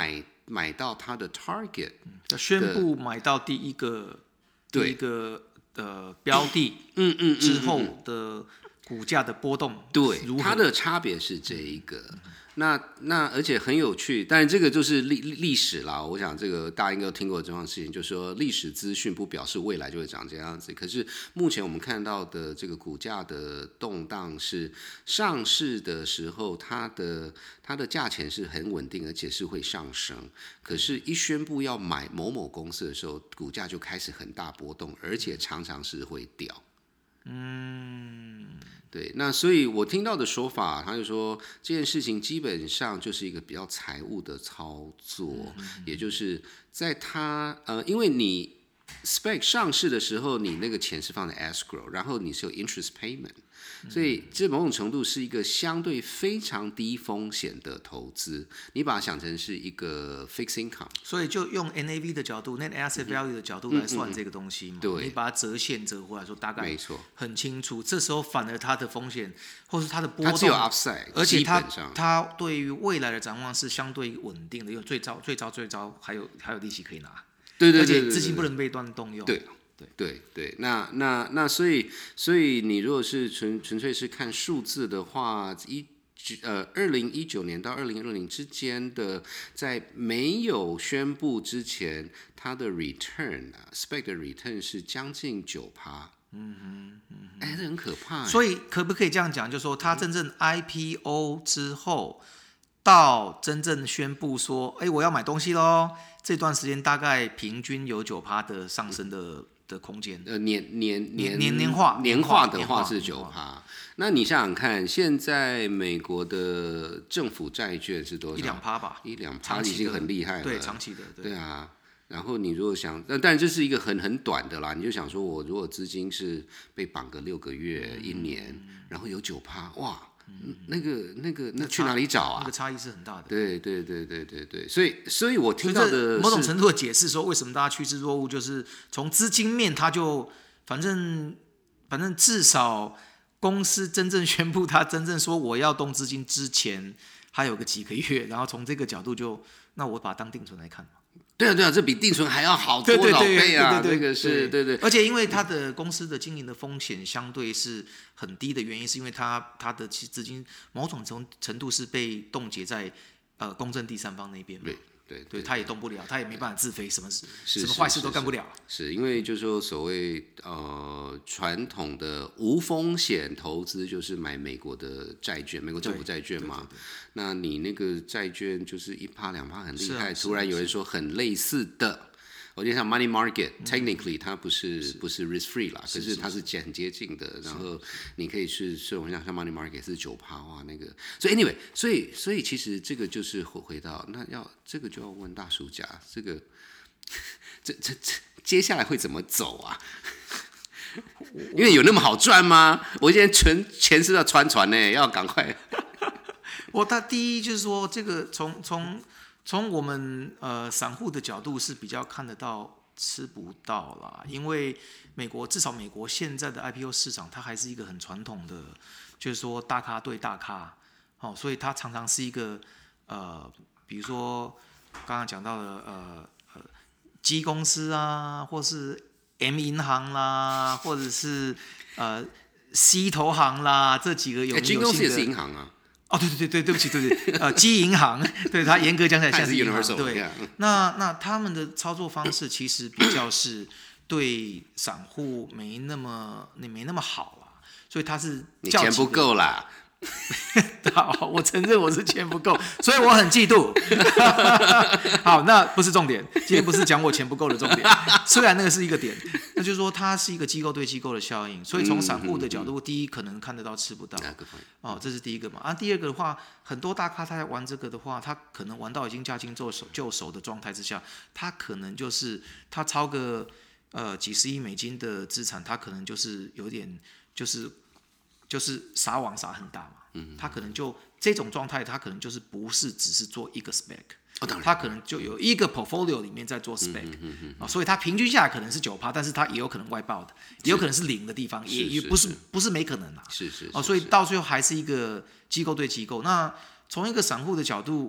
C: 买到它的 target，
F: 宣布买到第一个第一个呃标的，
C: 嗯嗯
F: 之后的股价的波动，
C: 对，
F: 如何
C: 它的差别是这一个。嗯那那而且很有趣，但是这个就是历历史啦。我想这个大家应该都听过这样的事情，就是说历史资讯不表示未来就会长这样子。可是目前我们看到的这个股价的动荡是上市的时候，它的它的价钱是很稳定，而且是会上升。可是，一宣布要买某某公司的时候，股价就开始很大波动，而且常常是会掉。嗯。对，那所以我听到的说法，他就说这件事情基本上就是一个比较财务的操作，嗯、也就是在他呃，因为你 spec 上市的时候，你那个钱是放在 escrow， 然后你是有 interest payment， 所以这某种程度是一个相对非常低风险的投资，你把它想成是一个 fixed income，
F: 所以就用 N A V 的角度 ，net asset value 的角度来算这个东西嘛，嗯嗯嗯，你把它折现折回来说，大概没错，很清楚。这时候反而它的风险或是它的波动，
C: 它只有 upside，
F: 而且它它对于未来的展望是相对稳定的，因为最糟最糟最糟还有还有利息可以拿，
C: 对对 对, 对, 对, 对，
F: 而且资金不能被断动用，
C: 对。对对对，那那那所以所以你如果是纯纯粹是看数字的话，一呃二零一九年到二零二零之间的，在没有宣布之前，它的 return 啊 ，spec 的 return 是将近九趴。嗯哼，嗯哼，哎，这很可怕。
F: 所以可不可以这样讲，就是说它真正 I P O 之后，到真正宣布说，哎，我要买东西喽，这段时间大概平均有九趴的上升的。的空间，
C: 呃，年年
F: 年年年化
C: 年化的话是九趴。那你想想看，现在美国的政府债券是多少？
F: 一两趴吧，
C: 一两趴已经很厉害了。
F: 对，长期的，对，
C: 对啊。然后你如果想，但但这是一个很很短的啦，你就想说，我如果资金是被绑个六个月、嗯、一年，然后有九趴，哇！嗯、那个、那个、那去哪里找啊？
F: 那个差异是很大的。
C: 对对对对对对，所以所以我听到的
F: 某种程度的解释说，为什么大家趋之若鹜，就是从资金面，它就反正反正至少公司真正宣布他真正说我要动资金之前，还有个几个月，然后从这个角度就，那我把它当定存来看嘛。
C: 对啊，对啊，这比定存还要好多少倍啊！这个是，对对。
F: 而且因为它的公司的经营的风险相对是很低的原因，是因为它它的资金某种程度是被冻结在呃公正第三方那边嘛。
C: 对对
F: 对，他也动不了，他也没办法自飞，什么事
C: 什
F: 么坏事都干不了。
C: 是, 是, 是因为就是说所谓呃传统的无风险投资就是买美国的债券，美国政府债券嘛。对对对对，那你那个债券就是一趴两趴很厉害，啊、突然有人说很类似的。我就像 money market，technically、嗯、它不是, 是不是 risk free 啦，可是它是很接近的。然后你可以是是我像像 money market 是九趴哇那个，所以 anyway， 所以所以其实这个就是回到那要这个就要问大叔家，这个这这这接下来会怎么走啊？因为有那么好赚吗？我现在存钱是要穿船呢，要赶快。
F: 我他第一就是说这个从从。从我们呃散户的角度是比较看得到吃不到啦，因为美国至少美国现在的 I P O 市场，它还是一个很传统的，就是说大咖对大咖，哦，所以它常常是一个呃，比如说刚刚讲到的呃呃 G 公司啊，或是 M 银行啦，或者是呃 C 投行啦，这几个有名有姓的。
C: G 公司也是银行啊。
F: 哦，对对对对，对不起，对不起，呃，基银行，对它严格讲起来像是银行，对。那那他们的操作方式其实比较是对散户没那么你没那么好啦，所以他是
C: 你钱不够啦。
F: 好，我承认我是钱不够，所以我很嫉妒。好，那不是重点，今天不是讲我钱不够的重点，虽然那个是一个点，那就是说它是一个机构对机构的效应，所以从散户的角度，嗯嗯嗯、第一可能看得到吃不到，哦，这是第一个嘛。啊，第二个的话，很多大咖他在玩这个的话，他可能玩到已经驾轻就熟就熟的状态之下，他可能就是他超个呃几十亿美金的资产，他可能就是有点就是。就是撒网撒很大嘛，嗯，他可能就这种状态，他可能就是不是只是做一个 spec，哦，他可能就有一个 portfolio 里面在做 spec，嗯嗯嗯嗯、所以他平均下来可能是九趴，但是他也有可能外爆的，也有可能是零的地方，也也不是不是没可能啊，
C: 是是，
F: 哦，所以到最后还是一个机构对机构。那从一个散户的角度，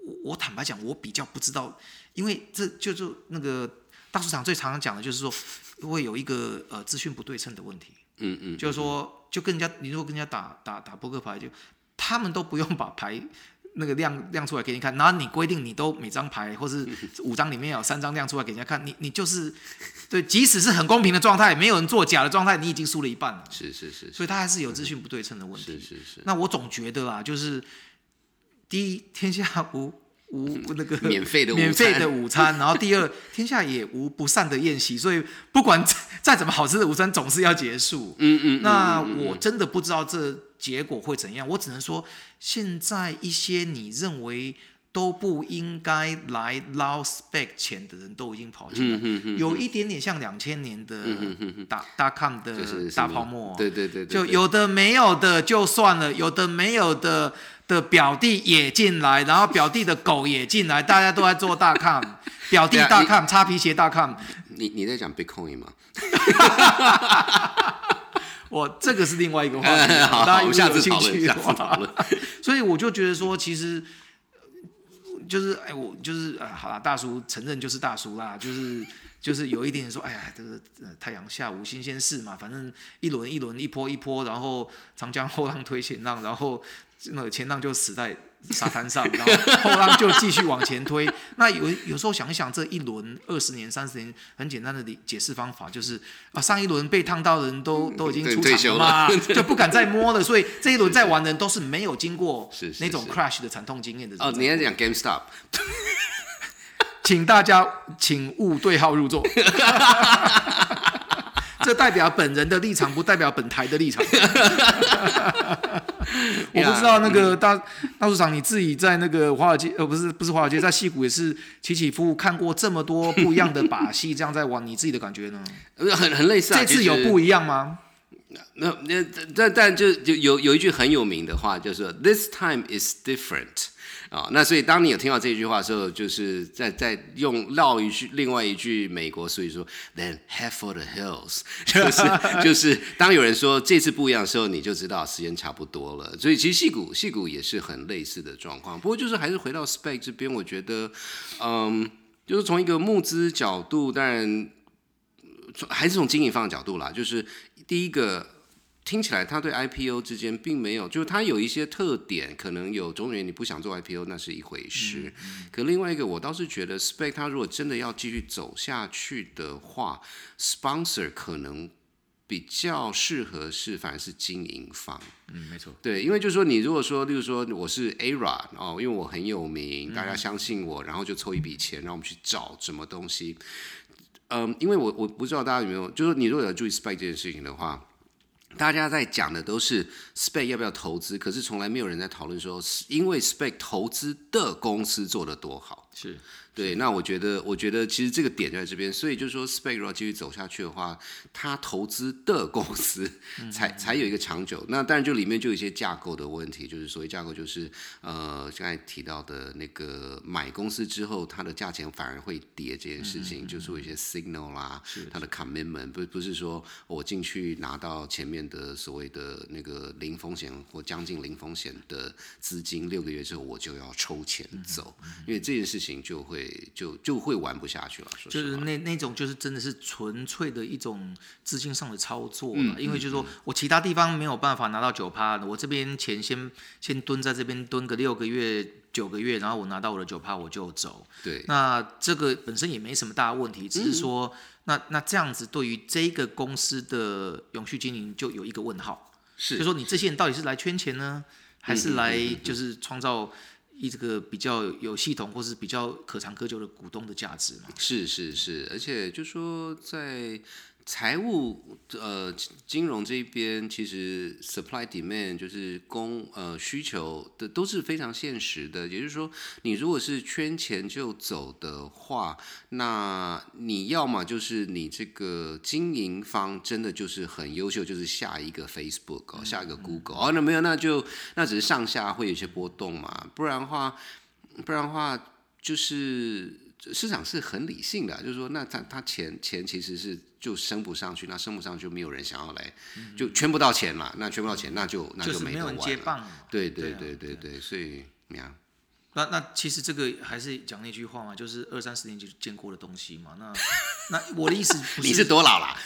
F: 我坦白讲，我比较不知道，因为这就是那个大市场最常常讲的，就是说会有一个呃资讯不对称的问题。嗯嗯，就是说，就跟人家你如果跟人家打打打扑克牌，就他们都不用把牌那个亮亮出来给你看，然后你规定你都每张牌或是五张里面有三张亮出来给人家看，你你就是对，即使是很公平的状态，没有人作假的状态，你已经输了一半了。
C: 是是 是, 是，
F: 所以它还是有资讯不对称的问题。
C: 是是是。
F: 那我总觉得啦，就是第一，天下无无那个
C: 免费的
F: 免费的午餐，然后第二，天下也无不散的宴席，所以不管再怎么好吃的午餐，总是要结束。嗯嗯。那我真的不知道这结果会怎样，我只能说，现在一些你认为都不应该来捞 spec 钱的人都已经跑进来，嗯嗯、有一点点像两千年的大大 com 的大泡沫，
C: 对对 对, 对, 对，
F: 就有的没有的就算了，有的没有的。的表弟也进来，然后表弟的狗也进来，大家都在做大 com， 表弟大 com， 擦皮鞋大 com。
C: 你你在讲 Bitcoin 吗？
F: 我这个是另外一个话题，
C: 好，
F: 大家有
C: 下次
F: 兴趣的话，
C: 讨论。
F: 所以我就觉得说，其实就是哎，我就是啊，好啦，大叔承认就是大叔啦，就是就是有一点说，哎呀，这个、呃、太阳下无新鲜事嘛，反正一轮一轮，一波一波，然后长江后浪推前浪，然后。那个前浪就死在沙滩上，然后后浪就继续往前推。那有有时候想一想，这一轮二十年、三十年，很简单的解释方法就是啊，上一轮被烫到的人都都已经出场了嘛，就不敢再摸了，所以这一轮在玩的人都是没有经过那种 crash 的惨痛经验的人。
C: 哦，你在讲 GameStop，
F: 请大家请勿对号入座。这代表本人的立场，不代表本台的立场。我不知道那个大大市场，你自己在那个华尔街，呃，不是不是华尔街，在矽谷也是起起伏伏，看过这么多不一样的把戏，这样在玩，你自己的感觉呢？
C: 很很类似、啊。
F: 这次有不一样吗？
C: 那那但但就就有有一句很有名的话，就是 "This time is different"。啊、哦，那所以当你有听到这句话的时候，就是在在用绕一句另外一句美国，所以说 "Then head for the hills"， 就是就是当有人说这次不一样的时候，你就知道时间差不多了。所以其实矽谷矽谷也是很类似的状况。不过就是还是回到 spec 这边，我觉得，嗯，就是从一个募资角度，当然还是从经营方的角度啦，就是第一个。听起来他对 I P O 之间并没有，就是他有一些特点，可能有种种你不想做 I P O 那是一回事。嗯嗯、可另外一个，我倒是觉得 Spec 他如果真的要继续走下去的话 ，sponsor 可能比较适合是反而是经营方。
F: 嗯，没错。
C: 对，因为就是说你如果说，例如说我是 A R A 哦，因为我很有名，大家相信我，然后就凑一笔钱，让我们去找什么东西。嗯，因为我我不知道大家有没有，就是你如果有注意 Spec 这件事情的话。大家在讲的都是 Spec 要不要投资，可是从来没有人在讨论说，因为 Spec 投资的公司做得多好。
F: 是
C: 对，那我觉得，我觉得其实这个点就在这边，所以就是说 Spec 如果继续走下去的话，他投资的公司才才有一个长久。那当然就里面就有一些架构的问题，就是所谓架构就是呃刚才提到的那个买公司之后，它的价钱反而会跌这件事情，嗯嗯嗯就是有一些 signal 啦，它的 commitment 不不是说我进去拿到前面的所谓的那个零风险或将近零风险的资金，六个月之后我就要抽钱走，嗯嗯嗯因为这件事情就会。就就会玩不下去了，
F: 就是那那种就是真的是纯粹的一种资金上的操作了，嗯、因为就是说我其他地方没有办法拿到九趴的，我这边钱先先蹲在这边蹲个六个月九个月，然后我拿到我的九趴我就走。
C: 对，
F: 那这个本身也没什么大问题，只是说、嗯、那那这样子对于这个公司的永续经营就有一个问号，
C: 是，
F: 就说你这些人到底是来圈钱呢，还是来就是创造？以这个比较有系统或是比较可长可久的股东的价值嘛？
C: 是是是，而且就说在财务呃金融这边，其实 supply demand 就是供呃需求的都是非常现实的。也就是说，你如果是圈钱就走的话，那你要么就是你这个经营方真的就是很优秀，就是下一个 Facebook 哦，下一个 Google 哦，那没有，那就那只是上下会有一些波动嘛，不然的话，不然的话就是。市场是很理性的，就是说，那他他钱钱其实是就升不上去，那升不上就没有人想要来，嗯、就圈不到钱嘛，那圈不到钱，那就那就没得玩了。
F: 就是没有人接棒了。
C: 对对对对对，所以呀。
F: 那那其实这个还是讲那句话嘛，就是二三十年就见过的东西嘛。那那我的意思不是
C: 你是多老啦？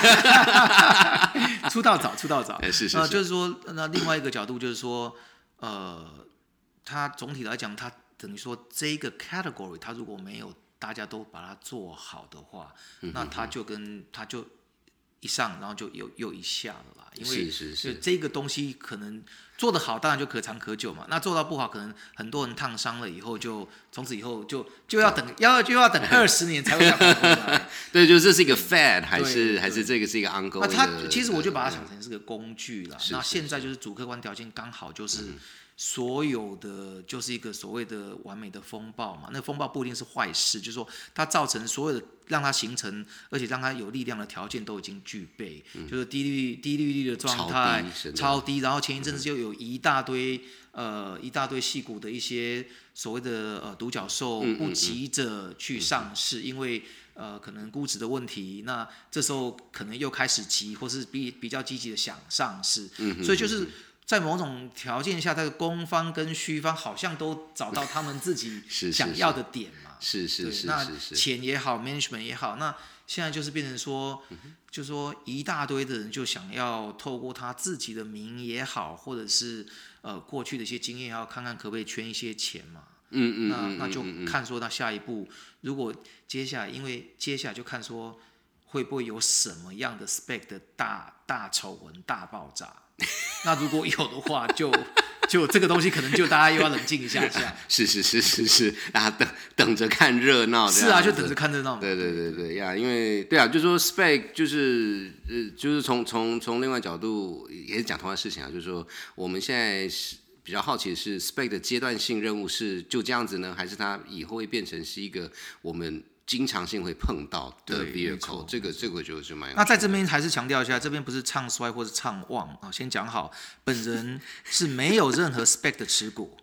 F: 出道早，出道早。
C: 是是是、
F: 呃，就是说，那另外一个角度就是说，呃，它总体来讲，它等于说这个 category， 它如果没有大家都把它做好的话，嗯、那它就跟它就一上，然后就又又一下了啦。因为
C: 是是是，
F: 这个东西可能做得好，当然就可长可久嘛。那做到不好，可能很多人烫伤了以后就，就从此以后就就要等，要就要等二十年才会再回来。
C: 对，就这是一个 fad， 还是还是这个是一个 ongoing 的。
F: 那它其实我就把它想成是个工具啦。那现在就是主客观条件刚好就是。嗯所有的就是一个所谓的完美的风暴嘛，那风暴不一定是坏事，就是说它造成所有的让它形成，而且让它有力量的条件都已经具备，嗯、就是低利低利率的状态，超 低, 超低，然后前一阵子就有一大堆、嗯、呃一大堆矽谷的一些所谓的呃独角兽不急着去上市，嗯嗯嗯、因为呃可能估值的问题，那这时候可能又开始急，或是比比较积极的想上市，嗯、所以就是。在某种条件下，这个供方跟需方好像都找到他们自己想要的点嘛。
C: 是是 是, 是, 是, 是, 是
F: 那钱也好 ，management 也好，那现在就是变成说，嗯、就是说一大堆的人就想要透过他自己的名也好，或者是呃过去的一些经验，要看看可不可以圈一些钱嘛。
C: 嗯嗯
F: 那那就看说，那下一步如果接下来，因为接下来就看说会不会有什么样的 spec 的大大丑闻大爆炸。那如果有的话就，就就这个东西可能就大家又要冷静一下下。
C: 是是是是是，大家等等着看热闹。
F: 是啊，就等着看热闹嘛。
C: 对对对对呀，因为对啊，就说 spec 就是呃，就是从从从另外角度也是讲同样的事情啊，就是说我们现在是比较好奇的是 spec 的阶段性任务是就这样子呢，还是它以后会变成是一个我们经常性会碰到的 vehicle， 这个这个就是蛮有趣的。
F: 那在这边还是强调一下，这边不是唱衰或是唱旺啊，先讲好，本人是没有任何 spec 的持股。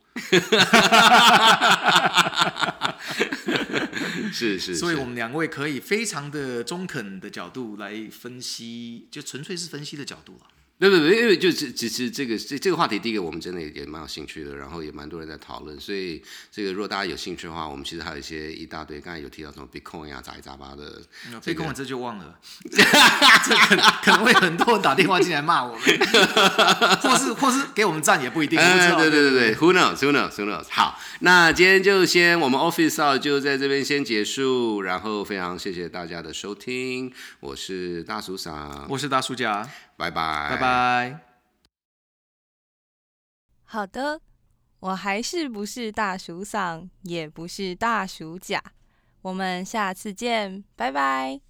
C: 是是，
F: 所以我们两位可以非常的中肯的角度来分析，就纯粹是分析的角度了。
C: 对对对，因为就只只是这个这这个话题，第一个我们真的也蛮有兴趣的，然后也蛮多人在讨论，所以这个如果大家有兴趣的话，我们其实还有一些一大堆，刚才有提到什么 Bitcoin 啊，杂一杂八的、这个。
F: Bitcoin 这就忘了，这可, 可能会很多人打电话进来骂我们，或是或是给我们赞也不一定。不知道
C: 对对对对 ，Who knows Who knows Who knows。好，那今天就先我们 Office Hour 就在这边先结束，然后非常谢谢大家的收听，我是大叔桑，
F: 我是大叔甲。
C: 拜拜，
F: 拜拜。
B: 好的，我还是不是大叔桑，也不是大叔甲，我们下次见，拜拜。